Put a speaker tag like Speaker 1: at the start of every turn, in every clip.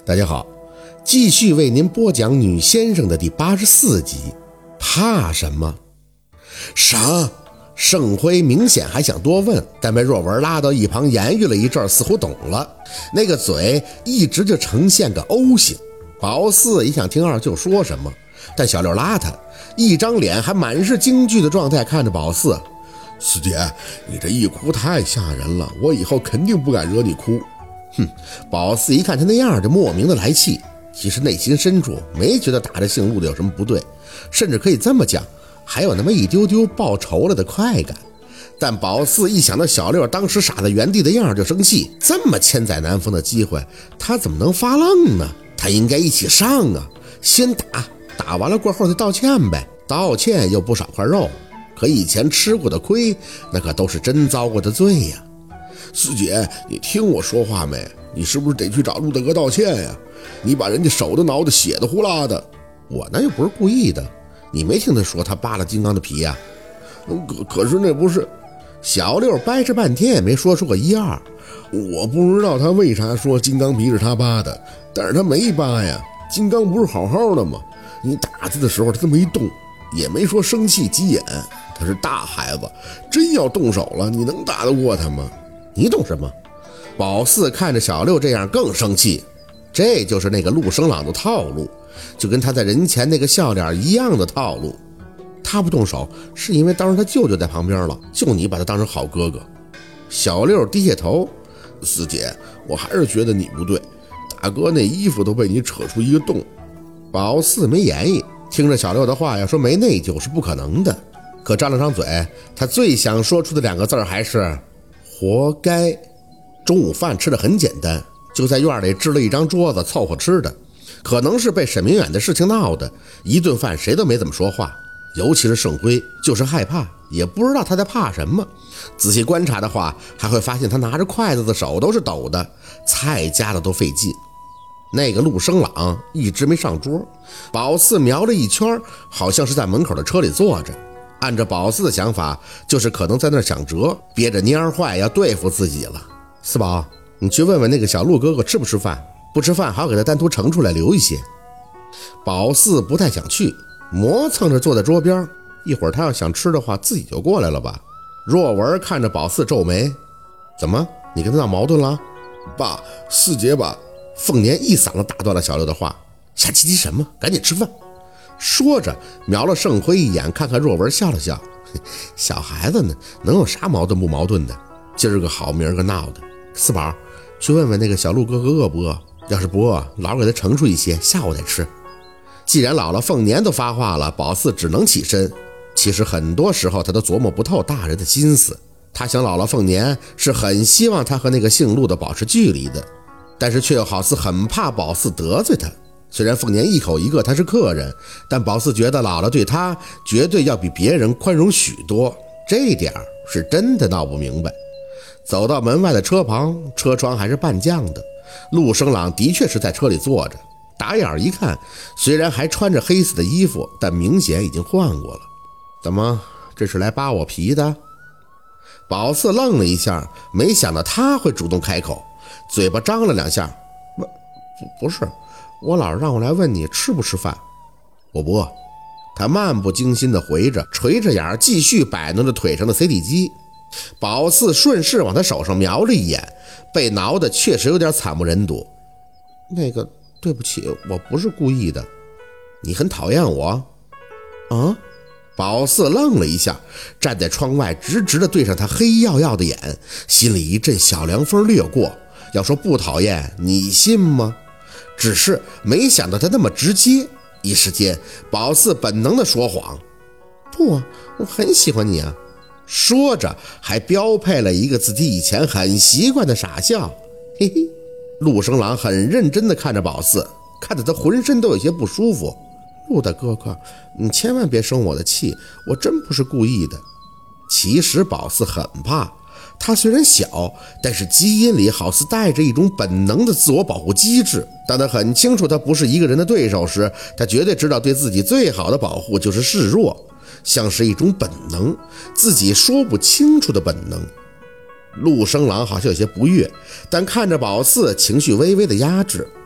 Speaker 1: 大家好，继续为您播讲《女先生》的第84集。怕什么？啥？盛辉明显还想多问，但被若文拉到一旁言语了一阵，似乎懂了。那个嘴一直就呈现个 O 型。宝四也想听二舅说什么，但小六拉他，一张脸还满是惊惧的状态看着宝四。
Speaker 2: 四姐，你这一哭太吓人了，我以后肯定不敢惹你哭。
Speaker 1: 哼，宝四一看他那样就莫名的来气，其实内心深处没觉得打着姓陆的有什么不对，甚至可以这么讲，还有那么一丢丢报仇了的快感。但宝四一想到小六当时傻在原地的样就生气，这么千载难逢的机会，他怎么能发愣呢？他应该一起上啊，先打完了过后再道歉呗，道歉又不少块肉，可以前吃过的亏，那可都是真遭过的罪呀。
Speaker 2: 四姐，你听我说话没？你是不是得去找陆大哥道歉呀？你把人家手都挠得血的呼啦的。
Speaker 1: 我那又不是故意的，你没听他说他扒了金刚的皮呀？
Speaker 2: 可是那不是……
Speaker 1: 小六掰扯半天也没说出个一二。
Speaker 2: 我不知道他为啥说金刚皮是他扒的，但是他没扒呀。金刚不是好好的吗？你打他的时候他这么一动，也没说生气急眼。他是大孩子，真要动手了，你能打得过他吗？
Speaker 1: 你懂什么？宝四看着小六这样更生气，这就是那个陆生朗的套路，就跟他在人前那个笑脸一样的套路。他不动手是因为当时他舅舅在旁边了，就你把他当成好哥哥。小六低下头，
Speaker 2: 四姐，我还是觉得你不对，大哥那衣服都被你扯出一个洞。
Speaker 1: 宝四没言语，听着小六的话，要说没内疚是不可能的，可张了张嘴，他最想说出的两个字还是活该。中午饭吃得很简单，就在院里支了一张桌子凑合吃的。可能是被沈明远的事情闹的，一顿饭谁都没怎么说话，尤其是盛辉，就是害怕，也不知道他在怕什么。仔细观察的话，还会发现他拿着筷子的手都是抖的，菜夹的都费劲。那个陆生朗一直没上桌，宝四瞄了一圈，好像是在门口的车里坐着。按照宝四的想法，就是可能在那儿想辙，憋着蔫坏要对付自己了。四宝，你去问问那个小陆哥哥吃不吃饭，不吃饭好给他单独盛出来留一些。宝四不太想去，磨蹭着坐在桌边，一会儿他要想吃的话自己就过来了吧。若文看着宝四皱眉，怎么你跟他闹矛盾了？
Speaker 2: 爸，四姐吧。
Speaker 1: 凤年一嗓子打断了小六的话，瞎唧唧什么，赶紧吃饭。说着瞄了盛辉一眼，看看若文笑了笑，小孩子呢，能有啥矛盾不矛盾的，今儿个好明儿个闹的。四宝，去问问那个小陆哥哥饿不饿，要是不饿，老给他盛出一些，下午再吃。既然姥姥凤年都发话了，宝四只能起身。其实很多时候他都琢磨不透大人的心思，他想姥姥凤年是很希望他和那个姓陆的保持距离的，但是却又好似很怕宝四得罪他。虽然凤年一口一个他是客人，但宝四觉得姥姥对他绝对要比别人宽容许多，这一点是真的闹不明白。走到门外的车旁，车窗还是半降的，陆生朗的确是在车里坐着，打眼一看，虽然还穿着黑色的衣服，但明显已经换过了。怎么，这是来扒我皮的？宝四愣了一下，没想到他会主动开口，嘴巴张了两下。不是，我姥让我来问你吃不吃饭。我不饿。他漫不经心地回着，垂着眼继续摆弄着腿上的 CD 机。宝四顺势往他手上瞄了一眼，被挠得确实有点惨不忍睹。那个，对不起，我不是故意的。你很讨厌我？啊？宝四愣了一下，站在窗外直直地对上他黑耀耀的眼，心里一阵小凉风掠过。要说不讨厌，你信吗？只是没想到他那么直接，一时间宝四本能地说谎。不，我很喜欢你啊。说着还标配了一个自己以前很习惯的傻笑，嘿嘿。陆生朗很认真地看着宝四，看得他浑身都有些不舒服。陆大哥哥，你千万别生我的气，我真不是故意的。其实宝四很怕，他虽然小，但是基因里好似带着一种本能的自我保护机制。当他很清楚他不是一个人的对手时，他绝对知道对自己最好的保护就是示弱，像是一种本能，自己说不清楚的本能。陆生朗好像有些不悦，但看着宝四情绪微微的压制。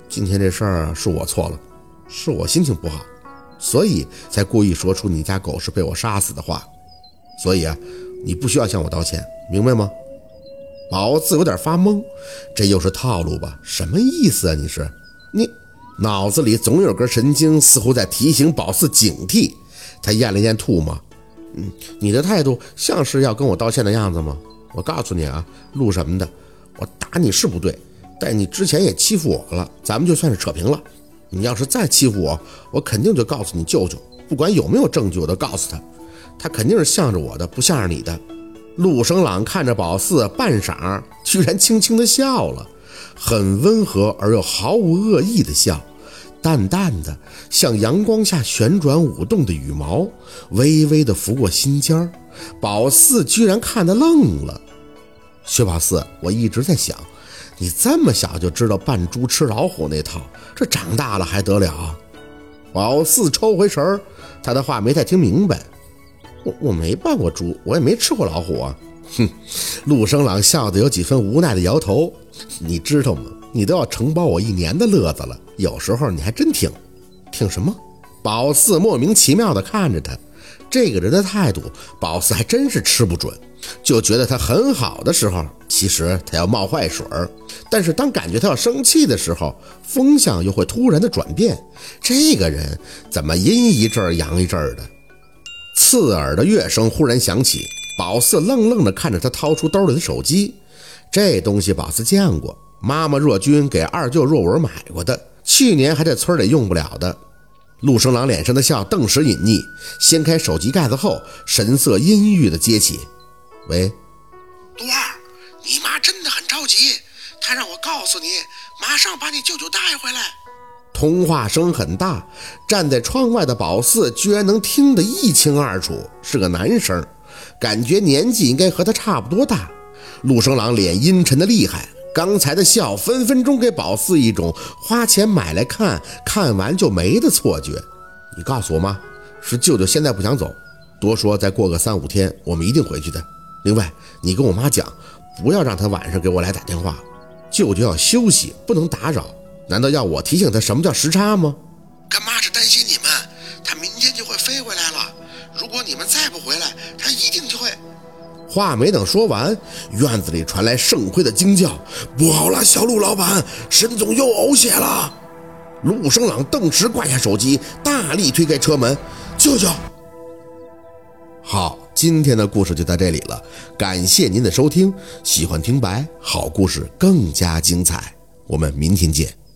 Speaker 1: 今天这事儿是我错了，是我心情不好，所以才故意说出你家狗是被我杀死的话。所以啊，你不需要向我道歉，明白吗？宝四有点发懵，这又是套路吧？什么意思啊？你脑子里总有根神经似乎在提醒宝四警惕。他咽了咽唾沫，你的态度像是要跟我道歉的样子吗？我告诉你啊，陆什么的，我打你是不对，但你之前也欺负我了，咱们就算是扯平了。你要是再欺负我，我肯定就告诉你舅舅，不管有没有证据我都告诉他，他肯定是向着我的，不向着你的。陆生朗看着宝四，半晌居然轻轻地笑了，很温和而又毫无恶意的笑，淡淡的像阳光下旋转舞动的羽毛，微微的拂过心尖。宝四居然看得愣了。薛宝四，我一直在想，你这么小就知道扮猪吃老虎那套，这长大了还得了？宝四抽回神儿，他的话没太听明白。我没扮过猪，我也没吃过老虎啊。陆生朗笑得有几分无奈的摇头。你知道吗？你都要承包我1年的乐子了，有时候你还真听什么？宝四莫名其妙地看着他，这个人的态度，宝四还真是吃不准。就觉得他很好的时候，其实他要冒坏水儿，但是当感觉他要生气的时候，风向又会突然的转变。这个人怎么阴一阵阳一阵的？刺耳的乐声忽然响起，宝四愣愣地看着他掏出兜里的手机。这东西宝四见过，妈妈若君给二舅若文买过的，去年还在村里用不了的。陆生朗脸上的笑顿时隐匿，掀开手机盖子后，神色阴郁地接起：喂，
Speaker 2: 陆二，你妈真的很着急，她让我告诉你，马上把你舅舅带回来。
Speaker 1: 通话声很大，站在窗外的宝四居然能听得一清二楚，是个男生，感觉年纪应该和他差不多大。陆生朗脸阴沉的厉害，刚才的笑分分钟给宝四一种花钱买来看，看完就没的错觉。你告诉我妈，是舅舅现在不想走，多说再过个3、5天，我们一定回去的。另外，你跟我妈讲，不要让她晚上给我来打电话，舅舅要休息，不能打扰。难道要我提醒他什么叫时差吗？
Speaker 2: 干妈是担心你们，她明天就会飞回来了。如果你们再不回来，她一定就会……
Speaker 1: 话没等说完，院子里传来盛辉的惊叫：
Speaker 2: 不好了，小陆老板，沈总又呕血了！
Speaker 1: 陆生朗顿时挂下手机，大力推开车门：舅舅！好，今天的故事就到这里了，感谢您的收听。喜欢听白，好故事更加精彩，我们明天见。